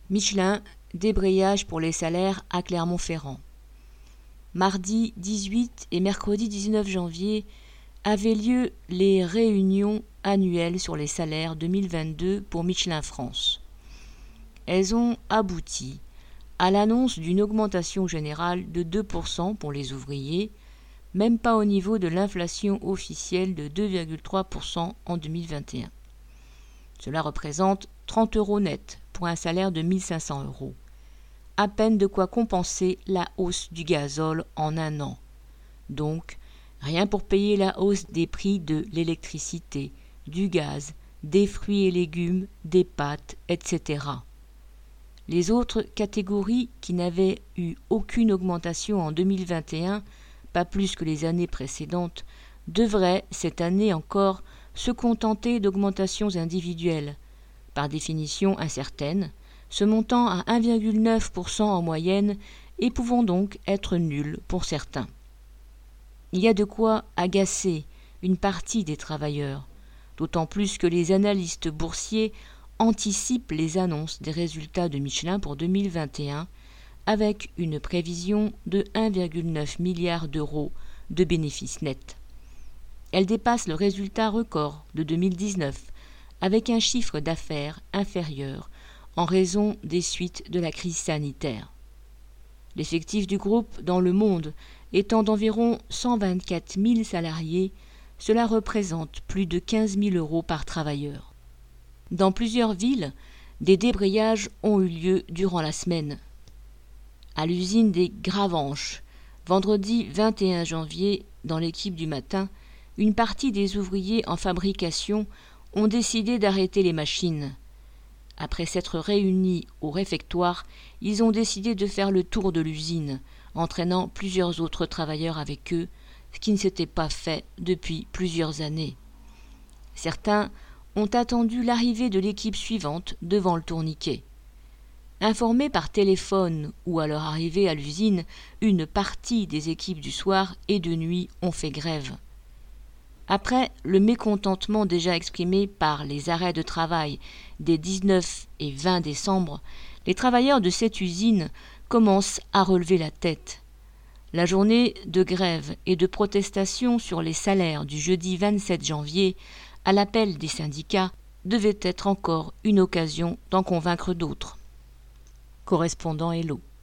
Michelin, débrayage pour les salaires à Clermont-Ferrand. Mardi 18 et mercredi 19 janvier avaient lieu les réunions annuelles sur les salaires 2022 pour Michelin France. Elles ont abouti à l'annonce d'une augmentation générale de 2% pour les ouvriers, même pas au niveau de l'inflation officielle de 2,3% en 2021. Cela représente 30 € net pour un salaire de 1 500 €. À peine de quoi compenser la hausse du gazole en un an. Donc, rien pour payer la hausse des prix de l'électricité, du gaz, des fruits et légumes, des pâtes, etc. Les autres catégories qui n'avaient eu aucune augmentation en 2021, pas plus que les années précédentes, devraient, cette année encore, se contenter d'augmentations individuelles, par définition incertaines, se montant à 1,9% en moyenne et pouvant donc être nulles pour certains. Il y a de quoi agacer une partie des travailleurs, d'autant plus que les analystes boursiers anticipent les annonces des résultats de Michelin pour 2021 avec une prévision de 1,9 milliard d'euros de bénéfices nets. Elle dépasse le résultat record de 2019 avec un chiffre d'affaires inférieur en raison des suites de la crise sanitaire. L'effectif du groupe dans le monde étant d'environ 124 000 salariés, cela représente plus de 15 000 € par travailleur. Dans plusieurs villes, des débrayages ont eu lieu durant la semaine. À l'usine des Gravenches, vendredi 21 janvier, dans l'équipe du matin, une partie des ouvriers en fabrication ont décidé d'arrêter les machines. Après s'être réunis au réfectoire, ils ont décidé de faire le tour de l'usine, entraînant plusieurs autres travailleurs avec eux, ce qui ne s'était pas fait depuis plusieurs années. Certains ont attendu l'arrivée de l'équipe suivante devant le tourniquet. Informés par téléphone ou à leur arrivée à l'usine, une partie des équipes du soir et de nuit ont fait grève. Après le mécontentement déjà exprimé par les arrêts de travail des 19 et 20 décembre, les travailleurs de cette usine commencent à relever la tête. La journée de grève et de protestation sur les salaires du jeudi 27 janvier, à l'appel des syndicats, devait être encore une occasion d'en convaincre d'autres. Correspondant Hello.